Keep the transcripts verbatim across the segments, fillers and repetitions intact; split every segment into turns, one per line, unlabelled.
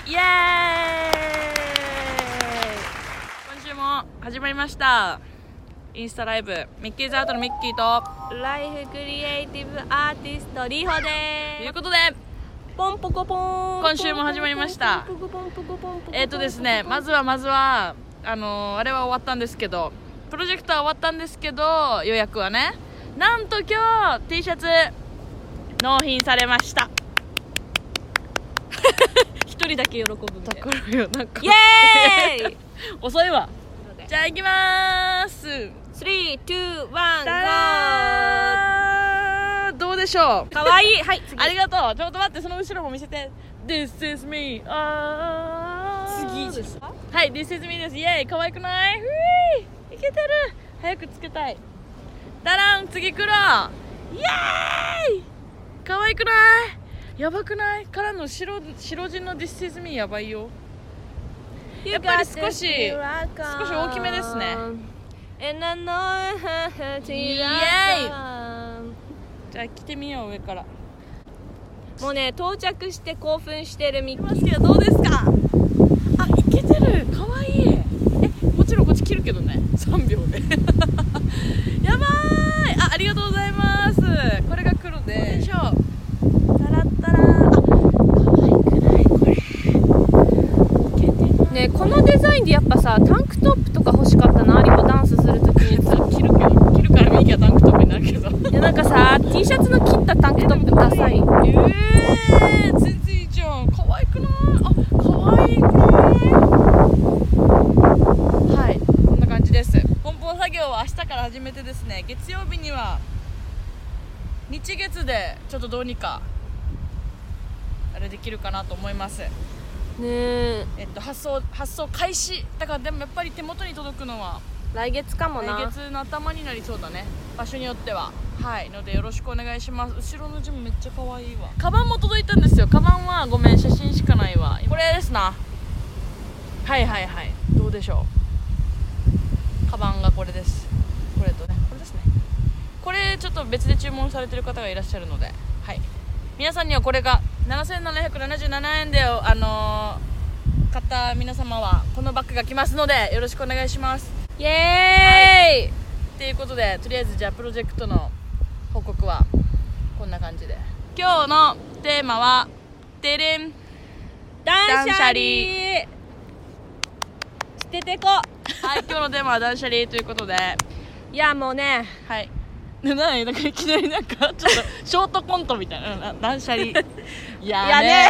イエーイ。今週も始まりましたインスタライブミッキーズアートのミッキーと
ライフクリエイティブアーティストリホで
ということで
ポンポコポン
今週も始まりました。えっとですねまずはまずはあのー、あれは終わったんですけどプロジェクトは終わったんですけど予約はねなんと今日 T シャツ納品されました
一人だけ喜ぶみたいな。
だからよなんか
イエーイ
遅いわ。じゃあ行きまーす。
スリー、ツー、ワン、
ゴー。どうでしょう。
かわいい。はい次
ありがとう。ちょっと待ってその後ろも見せて。 This is me あー
次ですか。
はい This is me です。イエーイ。かわいくない。ふいいけてる。早くつけたい。ダラン次黒。イエーイ。かわいくないやばくないからの白白地の This is me やばいよ。やっぱり少し少し大きめですね。イエーイ。じゃあ着てみよう上から。
もうね到着して興奮してるミッキー。
ますけどどうですか。あいけてる。かわいい。えもちろんこっち切るけどねさんびょうでやばーい。あありがとうございます。これが黒でよいしょ。タラッタラー。あかわいくないこれ。いけてない
ねこのデザインでやっぱさタンクトップとか欲しかったな。リホダンスするときに
切るけど切るから右はタンクトップになるけど
いやなんかさ T シャツの切ったタンクトップダサい。
えー、全然いいじゃん。かわいくない。あかわいいくないはいこんな感じです。梱包作業は明日から始めてですね月曜日には日月でちょっとどうにかあれできるかなと思います。
ねえ
えっと発送発送開始だからでもやっぱり手元に届くのは
来月かもな。
来月の頭になりそうだね場所によっては。はいのでよろしくお願いします。後ろの字もめっちゃ可愛いわ。カバンも届いたんですよ。カバンはごめん写真しかないわ。これですな。はいはいはいどうでしょう。カバンがこれです。これとねこれですね。これちょっと別で注文されてる方がいらっしゃるのではい皆さんにはこれがななせんななひゃくななじゅうななえんであのー、買った皆様はこのバッグが来ますのでよろしくお願いします。
イエーイ、
ということでとりあえずじゃあプロジェクトの報告はこんな感じで今日のテーマはてれん
断捨離捨ててこ
はい今日のテーマは断捨離ということで
いやもうね
はいなになんかいきなりなんかちょっとショートコントみたいな断捨離いやーね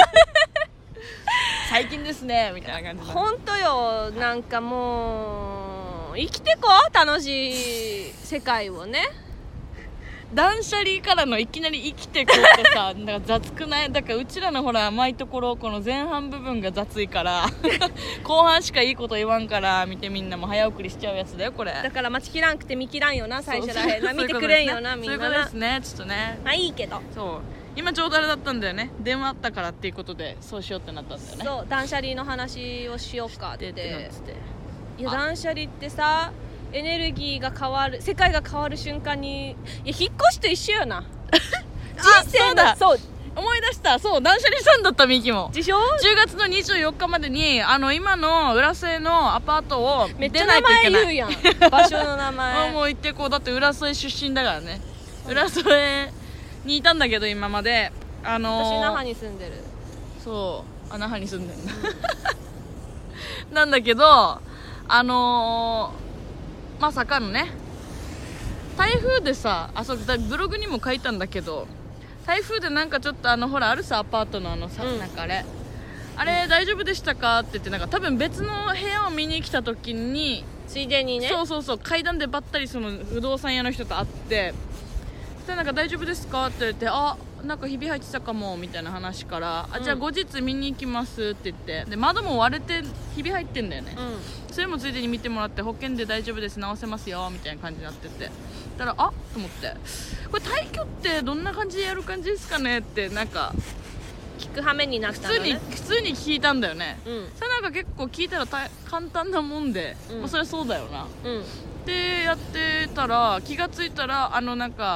最近ですねみたいな感じで
ほんとよ。なんかもう生きてこ楽しい世界をね。
断捨離からのいきなり生きてこうってさなんか雑くない。だからうちらのほら甘いところこの前半部分が雑いから後半しかいいこと言わんから見てみんなも早送りしちゃうやつだよこれ。
だから待ちきらんくて見切らんよな最初らへんな。
そうそう
見てくれんよなみん
そういう
なな。
ことですねちょっとね
まあいいけど
そう今ちょうどあれだったんだよね電話あったからっていうことでそうしようってなったんだよね。
そう断捨離の話をしようかって。
でってなってて
いや断捨離ってさエネルギーが変わる世界が変わる瞬間にいや引っ越しと一緒よな人生だそう
思い出したそう断捨離したんだったミキも
自称
じゅうがつのにじゅうよっかまでにあの今の浦添のアパートを
めっちゃ
出ない
名
といけない。
前言うやん場所の名
あ
前
もう行ってこうだって浦添出身だからね。浦添にいたんだけど今まであのー、
私那覇に住んでる。
そうあ那覇に住んでんだなんだけどあのーまさかのね台風でさあそうだブログにも書いたんだけど台風でなんかちょっとあのほらあるさアパートのあのさ、
うん、
なんかあれあれ大丈夫でしたかって言ってなんか多分別の部屋を見に来た時に
ついでにね
そうそうそう階段でばったりその不動産屋の人と会ってそしたらなんか大丈夫ですかって言ってあなんかひび入ってたかもみたいな話から、うん、あじゃあ後日見に行きますって言ってで窓も割れてひび入ってんだよね、うん、それもついでに見てもらって保険で大丈夫です直せますよみたいな感じになっててだからあと思ってこれ退去ってどんな感じでやる感じですかねってなんか
聞く羽目になったの、ね、
普通に普通に聞いたんだよね、
うん、
それなんか結構聞いたらた簡単なもんで、うんまあ、それはそうだよな、
うん、
でやってたら気がついたらあのなんか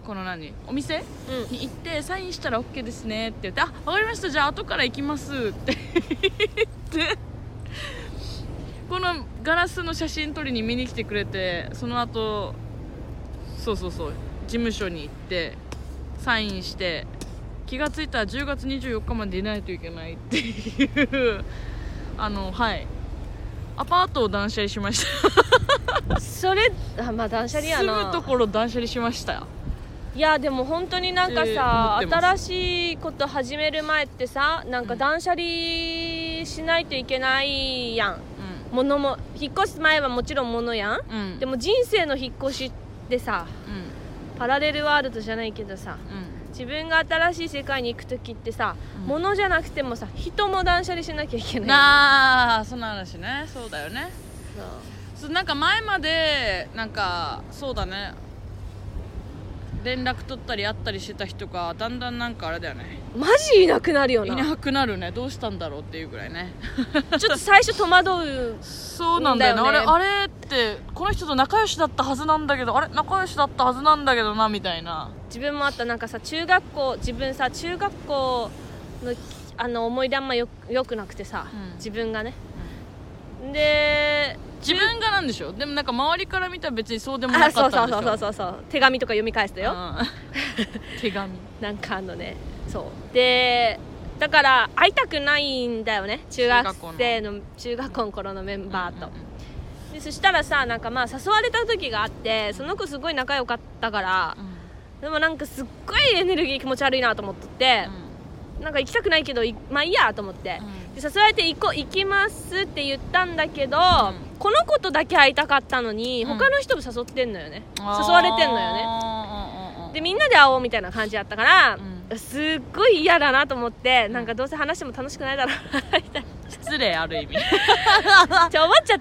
この何お店
うん
に行ってサインしたら OK ですねって言って、あ、わかりました、じゃあ後から行きますって言ってこのガラスの写真撮りに見に来てくれて、その後そうそうそう事務所に行ってサインして、気がついたらじゅうがつにじゅうよっかまでいないといけないっていうあのはいアパートを断捨離しました
それあまあ断捨離やな。
住むところ断捨離しましたよ。
いやでも本当になんかさ、
って思ってま
新しいこと始める前ってさ、なんか断捨離しないといけないやん。物も引っ越す前はもちろん物やん、
うんうん
でも人生の引っ越しってさ、
うん
パラレルワールドじゃないけどさ、
うん
自分が新しい世界に行く時ってさ、
うん
物じゃなくてもさ人も断捨離しなきゃいけない。
なあそんな話ね。そうだよね。
そう
そうなんか前までなんかそうだね連絡取ったり会ったりしてた人がだんだんなんかあれだよね、
マジいなくなるよな。
いなくなるね。どうしたんだろうっていうぐらいね
ちょっと最初戸惑う。
そうなんだよね。
だよね
あれあれってこの人と仲良しだったはずなんだけど、あれ仲良しだったはずなんだけどなみたいな。
自分もあった。なんかさ中学校自分さ中学校のあの思い出あんまよよくなくてさ、
うん
自分がね、で
自分がなんでしょ。でもなんか周りから見たら別にそうでもな
あ
かったんでしょ。
そうそうそうそうそう手紙とか読み返すとよ、
うん手紙
なんかあのねそうでだから会いたくないんだよね、中学生の中学校の頃のメンバーと、
うんうんうん
でそしたらさなんかまあ誘われた時があって、その子すごい仲良かったから、でもなんかすっごいエネルギー気持ち悪いなと思ってて、なんか行きたくないけどいまあいいやと思って、で誘われて行こう行きますって言ったんだけど、
ん
この子とだけ会いたかったのに、
うん
他の人も誘ってんのよね、
うん
誘われてんのよね。
ね
でみんなで会おうみたいな感じだったから、
う
すっごい嫌だなと思って、なんかどうせ話しても楽しくないだろうなみたいな
失礼ある意味
って思っちゃって、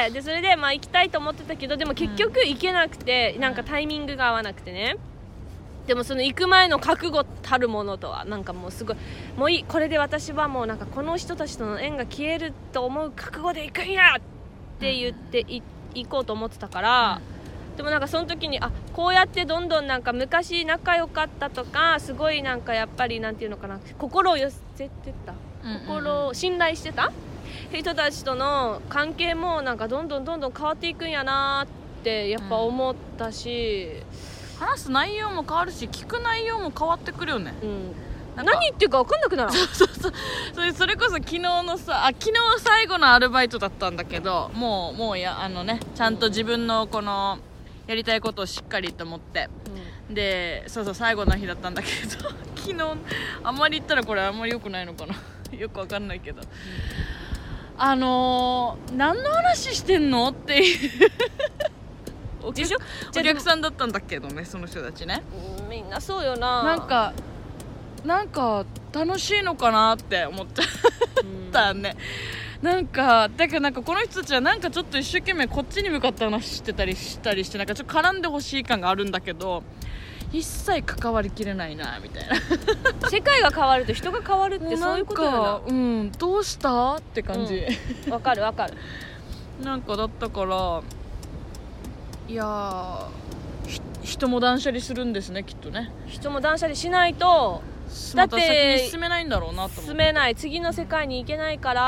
でそれでまあ行きたいと思ってたけど、でも結局行けなくて、なんかタイミングが合わなくてね。でもその行く前の覚悟たるものとはなんかもうすごい、もういい、これで私はもうなんかこの人たちとの縁が消えると思う覚悟で行くんやって言ってい行こうと思ってたから、でもなんかその時にあこうやってどんどんなんか昔仲良かったとか、すごいなんかやっぱりなんていうのかな、心を寄せてた、心を信頼してた人たちとの関係もなんかどんどんどんどん変わっていくんやなってやっぱ思ったし、
話す内容も変わるし聞く内容も変わってくるよね。
うん
なんか
何言ってるか分かんなくなる。
そうそうそれそれこそ昨日のさあ昨日最後のアルバイトだったんだけど、もうもうやあのねちゃんと自分のこのやりたいことをしっかりと思って、でそうそう最後の日だったんだけど昨日あんまり言ったらこれあんまり良くないのかなよくわかんないけど、あのー、何の話してんのっていうお客
でしょ
お客さんだったんだけどね、その人たちね。
うんみんなそうよな。
なんかなんか楽しいのかなって思っちゃったね、うん、なんかだからなんかこの人たちはなんかちょっと一生懸命こっちに向かって話してたりしたりして、なんかちょっと絡んでほしい感があるんだけど一切関わりきれないなみたいな
世界が変わると人が変わるってそういうことだな。
うん、どうしたって感じ、
うん、わかるわかる
なんかだったからいやー人も断捨離するんですねきっとね。
人も断捨離しないとだって
また先に進めないんだろうなと思って。
進めない、次の世界に行けないから、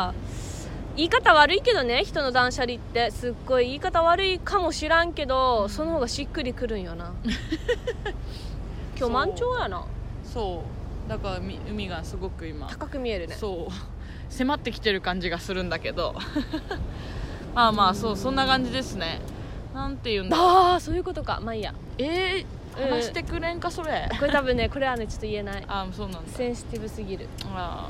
言い方悪いけどね、人の断捨離ってすっごい言い方悪いかもしらんけど、うん、その方がしっくりくるんよな今日満潮やな。
そうだから海がすごく今
高く見えるね。
そう迫ってきてる感じがするんだけどまあまあそうそんな感じですね。なんていうんだ
ああそういうことか。まあいいや。
えー、話してくれんかそれ。
これ多分ねこれはねちょっと言えない。
あそうなんだ。
センシティブすぎる。
あ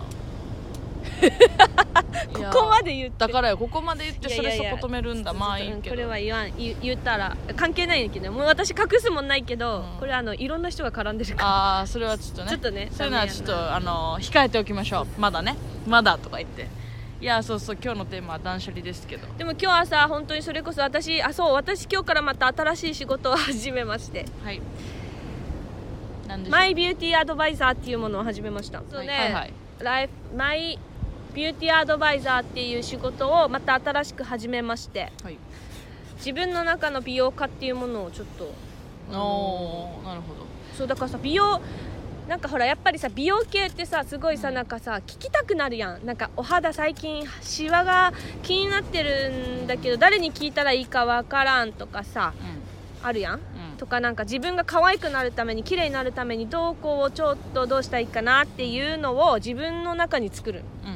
ここまで言って
だからよここまで言ってそれそこ止めるんだ。まあいいけど
これは言わん 言, 言ったら関係ないんだけど、もう私隠すもんないけど、うん、これはあのいろんな人が絡んでるから。
ああそれはちょっとね
ちょっとね
そういうのはちょっとあの控えておきましょう。まだねまだとか言って。いやそうそう今日のテーマは断捨離ですけど、
でも今日はさ本当にそれこそ私あそう私今日からまた新しい仕事を始めまして、
はいなんでしょう。
マイビューティーアドバイザーっていうものを始めました。そうね、
はいはい、
ライフマイビューティーアドバイザーっていう仕事をまた新しく始めまして、はい、自分の中の美容家っていうものをちょっと
おーなるほど
そうだからさ美容なんかほらやっぱりさ美容系ってさすごいさ、うん、なんかさ聞きたくなるやん。なんかお肌最近シワが気になってるんだけど誰に聞いたらいいかわからんとかさ、うん、あるやん、うん、とかなんか自分が可愛くなるために綺麗になるためにどうこうちょっとどうしたらいいかなっていうのを自分の中に作る、うんうん、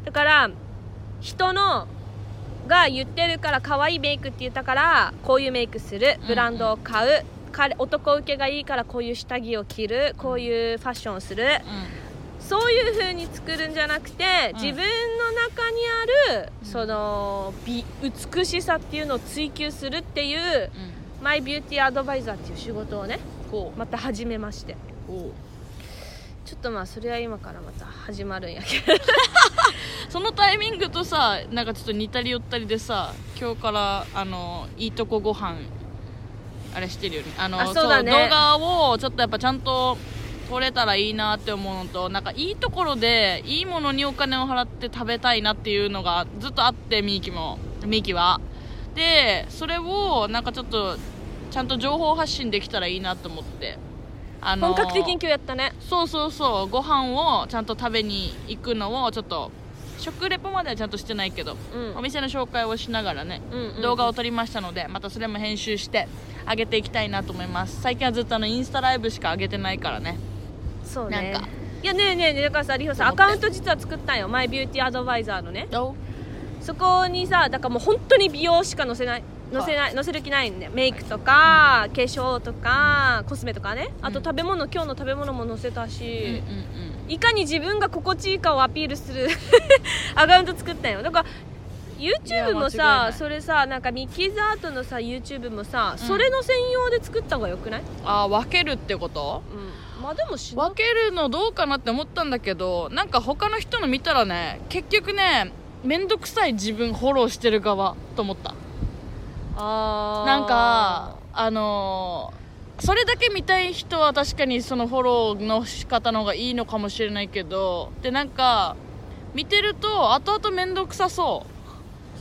だから人のが言ってるから可愛いメイクって言ったからこういうメイクするブランドを買う、うんうん、彼男受けがいいからこういう下着を着るこういうファッションをする、うん、そういう風に作るんじゃなくて、うん、自分の中にある、うん、その美美しさっていうのを追求するっていう、うん、マイビューティーアドバイザーっていう仕事をねまた始めまして、ちょっとまあそれは今からまた始まるんやけど
そのタイミングとさなんかちょっと似たり寄ったりでさ今日からあのいいとこご飯あれしてるよね。あの
あそうだね、
そう動画をちょっとやっぱちゃんと撮れたらいいなって思うのとなんかいいところでいいものにお金を払って食べたいなっていうのがずっとあってみーきもみーきはでそれをなんかちょっとちゃんと情報発信できたらいいなと思ってあの
本格的に今日やったね。
そうそうそうご飯をちゃんと食べに行くのをちょっと食レポまではちゃんとしてないけど、うん、お店の紹介をしながらね、うんうんうん、動画を撮りましたのでまたそれも編集して上げていきたいなと思います。最近はずっとあのインスタライブしか上げてないからね。
そうね
なんか
いやねえねえねえだからさリホさんアカウント実は作ったんよマイビューティーアドバイザーのね。そこにさだからもう本当に美容しか載せない載せない載せる気ないんでメイクとか、うん、化粧とかコスメとかねあと食べ物、うん、今日の食べ物も載せたし、うんうんうん、いかに自分が心地いいかをアピールするアカウント作ったんよ。だから YouTube もさそれさなんかミッキーズアートのさ YouTube もさ、うん、それの専用で作った方がよくない？
あ分けるってこと？
うん、まあでもし
分けるのどうかなって思ったんだけどなんか他の人の見たらね結局ねめんどくさい自分フォローしてる側と思った。
あ
なんかあのー、それだけ見たい人は確かにそのフォローの仕方の方がいいのかもしれないけどでなんか見てると後々めんどくさそう。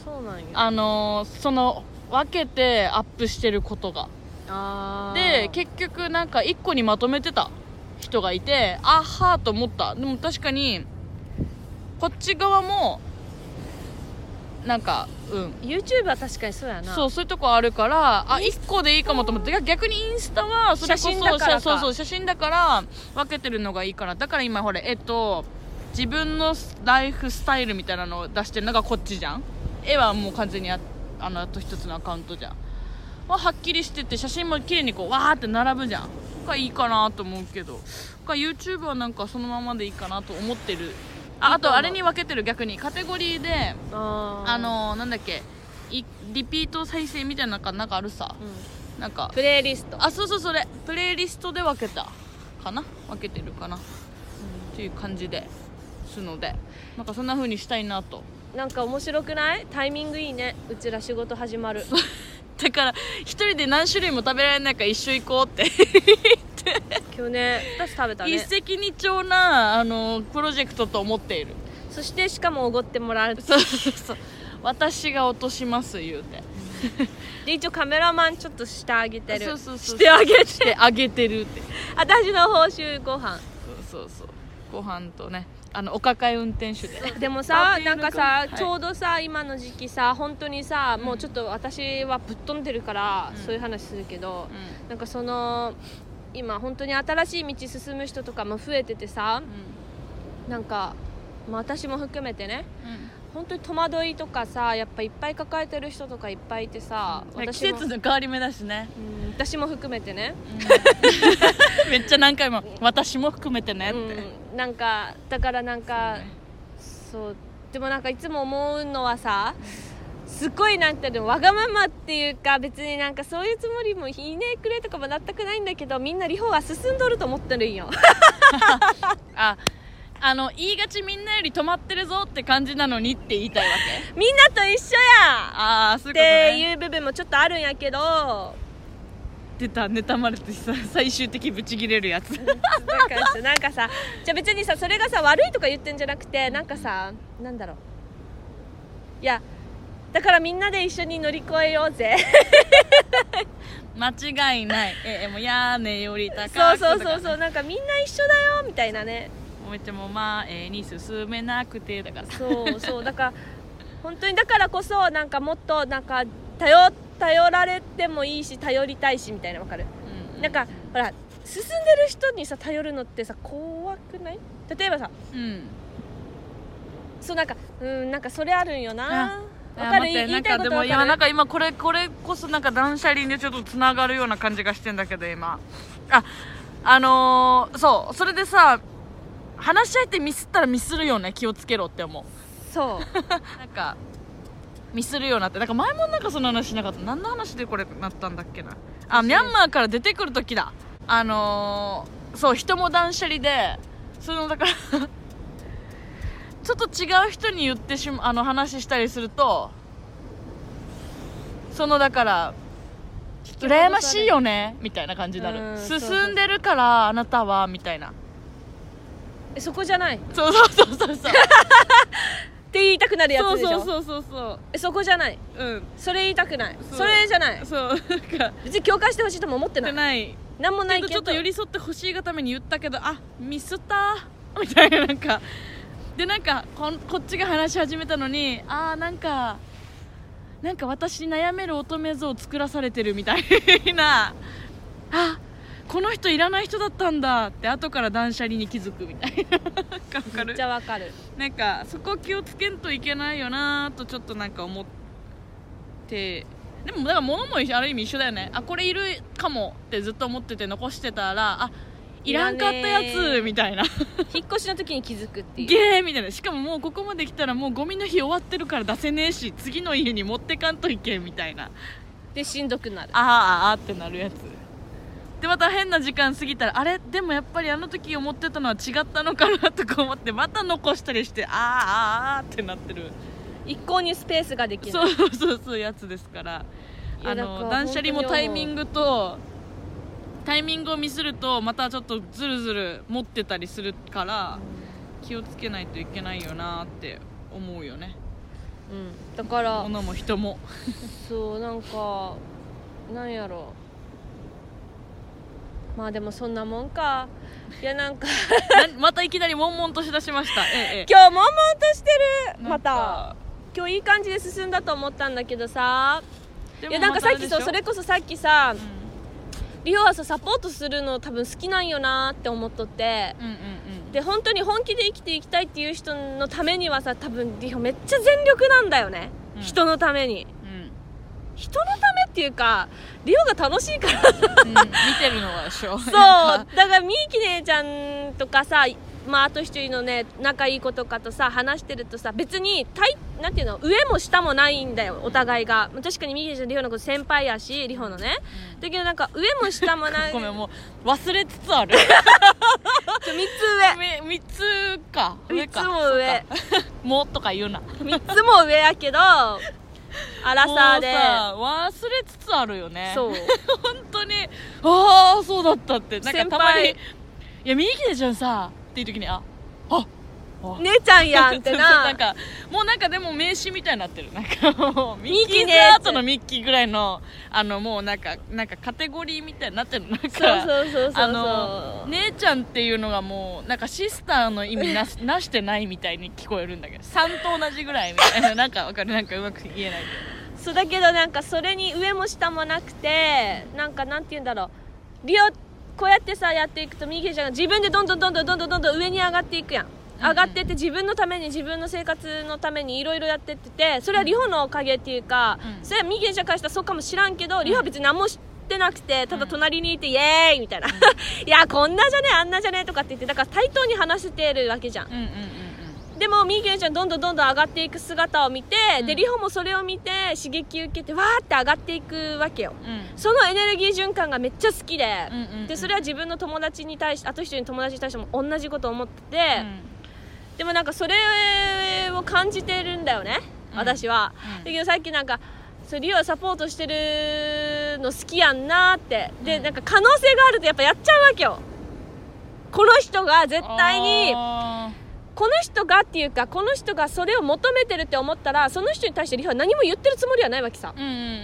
そうなんや。
あのー、その分けてアップしてることが
あ
で結局なんか一個にまとめてた人がいてあはーと思った。でも確かにこっち側もなんかうん
YouTube は確かにそうやな。
そうそういうとこあるからあいっこでいいかもと思って逆にインスタはそれこそ
写真だからか
そうそう写真だから分けてるのがいいかな。だから今ほれえっと自分のライフスタイルみたいなのを出してるのがこっちじゃん。絵はもう完全に あ, あのあと一つのアカウントじゃん。ははっきりしてて写真も綺麗にこうわーって並ぶじゃんがいいかなと思うけどか YouTube はなんかそのままでいいかなと思ってる。あ, あとあれに分けてる逆にカテゴリーで あ, あのなんだっけリピート再生みたいなのなんかあるさ、うん、なんか
プレイリスト
あそうそうそれプレイリストで分けたかな分けてるかな、うん、っていう感じですのでなんかそんな風にしたいなと。
なんか面白くない？タイミングいいね。うちら仕事始まる
だから一人で何種類も食べられないから一緒行こうって
今日ね私食べたね。
一石二鳥なあのプロジェクトと思っている。
そしてしかもおごってもらう
そうそうそう私が落とします言うて
で一応カメラマンちょっとしてあげてる。
そうそうそう
してあげて
してあげてるって
私の報酬ご飯
そうそうそうご飯とねあのお抱え運転手で
でもさなんかさ、はい、ちょうどさ今の時期さ本当にさ、うん、もうちょっと私はぶっ飛んでるから、うん、そういう話するけど、うん、なんかその今本当に新しい道進む人とかも増えててさ、うん、なんか、まあ、私も含めてね、うん本当に戸惑いとかさやっぱいっぱい抱えてる人とかいっぱいいてさ、
うん、私も季節の変わり目だしね、
うん、私も含めてね、
うん、めっちゃ何回も私も含めてねって、
うん、なんかだからなんかそう、ね、そうでもなんかいつも思うのはさすごいなんていうのわがままっていうか別になんかそういうつもりもひねくれとかも全くないんだけどみんなリホは進んどると思ってるんよ
ああの言いがちみんなより止まってるぞって感じなのにって言いたいわけ
みんなと一緒や
あそういうこと、ね、
っていう部分もちょっとあるんやけど
出た妬まれてさ最終的ブチギレるやつ
なんかさなんかさじゃあ別にさそれがさ悪いとか言ってんじゃなくてなんかさなんだろういやだからみんなで一緒に乗り越えようぜ
間違いない。えもう屋根より高くと
そう
か、
そうそうそう、なんかみんな一緒だよみたいなね。
めっちゃもう前に進めなくてだから
そうそう、だから本当にだからこそなんかもっとなんか頼頼られてもいいし頼りたいしみたいな、わかる、
うん、
なんかほら進んでる人にさ頼るのってさ怖くない？例えばさ、
うん、
そうなんかうんなんかそれあるんよな。
わ
かる、
言い
言いたいことわかる。
でも今なんか今これこれこそなんか断捨離でちょっとつながるような感じがしてんだけど、今ああのー、そうそれでさ、話し合いってミスったらミスるよね、気をつけろって思う。
そう
なんかミスるようになって、なんか前もなんかその話しなかった。何の話でこれなったんだっけなあ、ミャンマーから出てくる時だ。あのー、そう人も断捨離で、そのだからちょっと違う人に言ってしまあの話したりすると、そのだから羨ましいよねみたいな感じになる。進んでるからあなたはみたいな。
えそこじゃない、
そうそうそうそうそう
って言いたくなるやつでしょ。
そうそうそうそう
えそこじゃない、
うん
それ言いたくない、
そう
それじゃない、
そうなんか
別に共感してほしいとも思ってない、
ない
なんもないけど
ちょっと寄り添ってほしいがために言ったけど、あミスったみたいな、なんかでなんか こ, こっちが話し始めたのに、あーなんかなんか私に悩める乙女像を作らされてるみたいなあこの人いらない人だったんだって後から断捨離に気づくみたいなわかる。
めっちゃわかる。
なんかそこ気をつけんといけないよなとちょっとなんか思って、でもだから物もある意味一緒だよね。あこれいるかもってずっと思ってて残してたら、あいらんかったやつみたいな
引っ越しの時に気づくっていう
ゲーみたいな。しかももうここまで来たらもうゴミの日終わってるから出せねえし、次の家に持ってかんといけんみたいな
でしんどくなる。
あーあーあーってなるやつで、また変な時間過ぎたら、あれでもやっぱりあの時思ってたのは違ったのかなとか思ってまた残したりして、あーあーあーってなってる
一向にスペースができない。
そうそうそうやつですから、あの断捨離もタイミングとタイミングをミスるとまたちょっとずるずる持ってたりするから気をつけないといけないよなって思うよね。
うん、だから
物も人も
そうなんかなんやろまあでもそんなもんか。いやなんか
またいきなり悶々としだしました、ええ、
今日悶々としてる。ま
なんか
た今日いい感じで進んだと思ったんだけどさ、
でも
いやなんかさっきそう
またあれでしょ
それこそさっきさ、
うん
リオはさサポートするの多分好きなんよなって思っとって、
うんうんうん
で本当に本気で生きていきたいっていう人のためにはさ、多分リオめっちゃ全力なんだよね、
うん
人のために。
うん
人のためっていうかリオが楽しいから
うん、見てるのはでしょ
そう
なんか
だからみーき姉ちゃんとかさ、まあ、あと一人のね仲いい子とかとさ話してるとさ、別に対なんていうの上も下もないんだよお互いが。確かにみーき姉ちゃんリホのこと先輩やし、リホのね、
うん
だけどなんか上も下もない
ごめんもう忘れつつある
ちょみっつ
みっつか
上
上か
みっつも上
そうかもうとか言うな
みっつも上やけどアラサーで
もうさ忘れつつあるよね
そう
本当にああそうだったってなんかたまに
先輩
いやみーきねちゃんさっていう時にあああ
姉ちゃんやんってな
なんかもうなんかでも名刺みたいになってる。なんかもうミッキーズ
ミキね
アートのミッキーぐらいのあのもうなんかなんかカテゴリーみたいになってる。なんか
そうそうそうそうそう
あの姉ちゃんっていうのがもうなんかシスターの意味ななしてないみたいに聞こえるんだけど、さんと同じぐらいみたいななんかわかる、なんかうまく言えないけど。
そうだけどなんかそれに上も下もなくて、なんかなんて言うんだろう、リオこうやってさやっていくとミゲちゃんが自分でどんどんどんどんどんどんどんどん上に上がっていくやん。上がってって自分のために自分の生活のためにいろいろやってってて、それはリホのおかげっていうか、
うん、
それはミゲちゃんからしたらそうかもしらんけど、リホは別に何もしてなくてただ隣にいてイエーイみたいな、うん、いやこんなじゃねあんなじゃねとかって言って、だから対等に話してるわけじゃん。
うんうんうん
でもミーゲンちゃんどんどんどんどん上がっていく姿を見て、
うん、
でリホもそれを見て刺激受けてわーって上がっていくわけよ、
うん、
そのエネルギー循環がめっちゃ好きで、
うんうんうん、
でそれは自分の友達に対してあと一人の友達に対しても同じことを思ってて、うん、でもなんかそれを感じてるんだよね、うん、私は、うん、だけどさっきなんかそリオはサポートしてるの好きやんなーってで、うん、なんか可能性があるとやっぱやっちゃうわけよ。この人が絶対にこの人がっていうかこの人がそれを求めてるって思ったら、その人に対してリホは何も言ってるつもりはないわけさ、
うんうんうんうん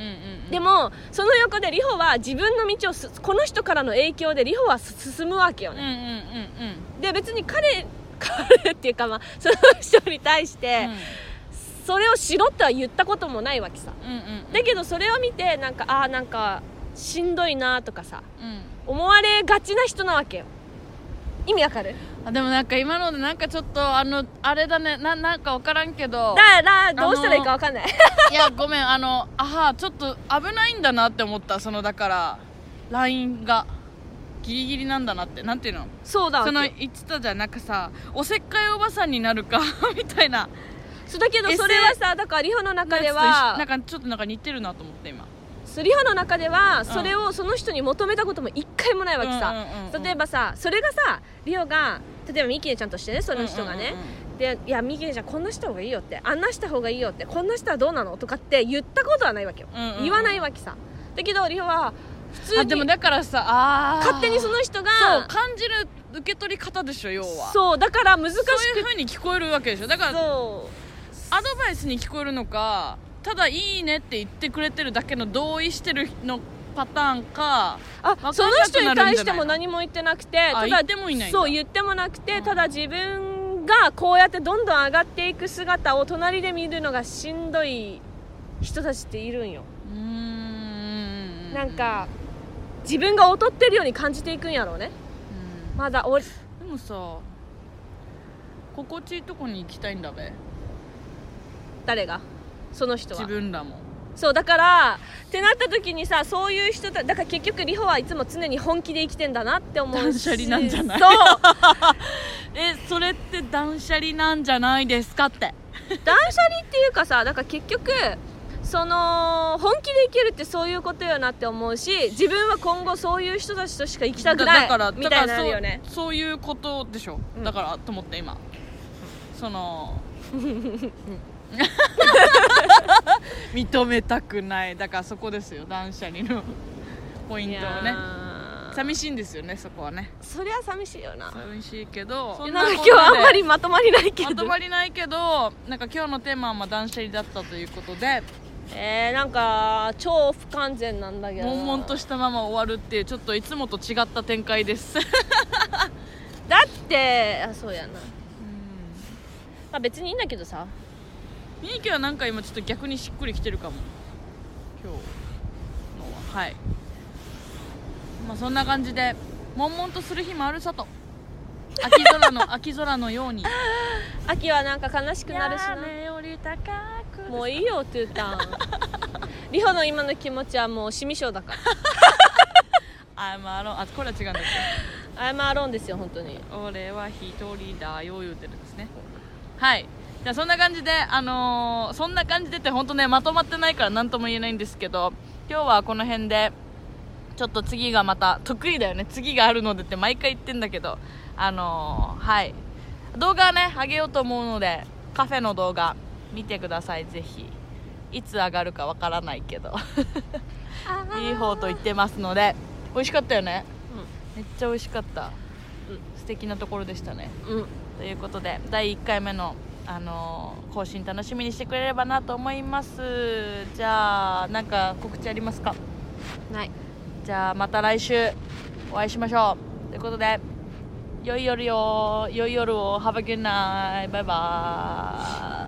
ん、
でもその横でリホは自分の道をすこの人からの影響でリホは進むわけよ
うんうん
ね、
うんうん
で別に彼彼っていうか、まあ、その人に対して、それをしろっては言ったこともないわけさ、
うんうんうん、
だけどそれを見てなんかあーなんかしんどいなとかさ
うん
思われがちな人なわけよ。意味わかる？
あでもなんか今のでなんかちょっとあのあれだねななんか分からんけど
だからどうしたらいいかわかんない
いやごめんあのあはちょっと危ないんだなって思った。そのだから ライン がギリギリなんだなってなんていうの
そうだわけ
その言ってたじゃんなんかさおせっかいおばさんになるかみたいな
そうだけどそれはさだからリホの中では
なんかちょっとなんか似てるなと思って今
リホの中ではそれをその人に求めたことも一回もないわけさ、
うんうんうんうん、
例えばさそれがさリホが例えばミキネちゃんとしてねその人がね、
うんうんうんうん、
でいやミキネちゃんこんなした方がいいよってあんなした方がいいよってこんなしたらどうなのとかって言ったことはないわけよ、
うんうんうん、
言わないわけさ。だけどリホは普通に
あでもだからさあ
勝手にその人が
そう感じる受け取り方でしょ要は
そうだから難しく
そういう風に聞こえるわけでしょだから
そう
アドバイスに聞こえるのかただいいねって言ってくれてるだけの同意してるのパターンか
あその人に対しても何も言ってなくて
あ
ただ
言ってもいないんだ
そう言ってもなくて、
うん
ただ自分がこうやってどんどん上がっていく姿を隣で見るのがしんどい人たちっているんよ。
うーん
なんか自分が劣ってるように感じていくんやろうね。
うん
まだ俺
でもさ心地いいとこに行きたいんだべ
誰がその人は
自分らも
そうだからってなった時にさそういう人だだから結局リホはいつも常に本気で生きてんだなって思うし
断捨離なんじゃない
そう
えそれって断捨離なんじゃないですかって
断捨離っていうかさだから結局その本気で生きるってそういうことよなって思うし自分は今後そういう人たちとしか生きたくない
だから
みたいなのよね
そう、そういうことでしょ、
うん
だからと思って今その認めたくないだからそこですよ断捨離のポイントはね寂しいんですよねそこはね
そりゃ寂しいよな。
寂しいけど
でなんか今日あんまりまとまりないけど
まとまりないけどなんか今日のテーマはまあ断捨離だったということで
えー、なんか超不完全なんだけど
悶々としたまま終わるっていうちょっといつもと違った展開です
だってあそうやな、まあ、別にいいんだけどさ
ミニキはなんか今ちょっと逆にしっくりきてるかも今日のははいまあそんな感じで悶々とする日もあるさと秋空の秋空のように
秋はなんか悲しくなるしな
屋根より高く
もういいよトゥータンリホの今の気持ちはもうシミ症だから
あまああのあこれは違うんだけ
アイマーローンですよ本当に。
ど俺は一人だよ言うてるんですね。はいじゃあそんな感じであのー、そんな感じでって本当ねまとまってないから何とも言えないんですけど今日はこの辺でちょっと次がまた得意だよね次があるのでって毎回言ってんだけどあのー、はい動画ね上げようと思うのでカフェの動画見てくださいぜひいつ上がるかわからないけどいい方と言ってますので美味しかったよね、うん、めっちゃ美味しかった、うん、素敵なところでしたね、うん、ということでだいいっかいめの、あのー、更新楽しみにしてくれればなと思います。じゃあなんか告知ありますか？
ない。
じゃあまた来週お会いしましょうということで良い夜よ良い夜を Have a good night バイバーイ。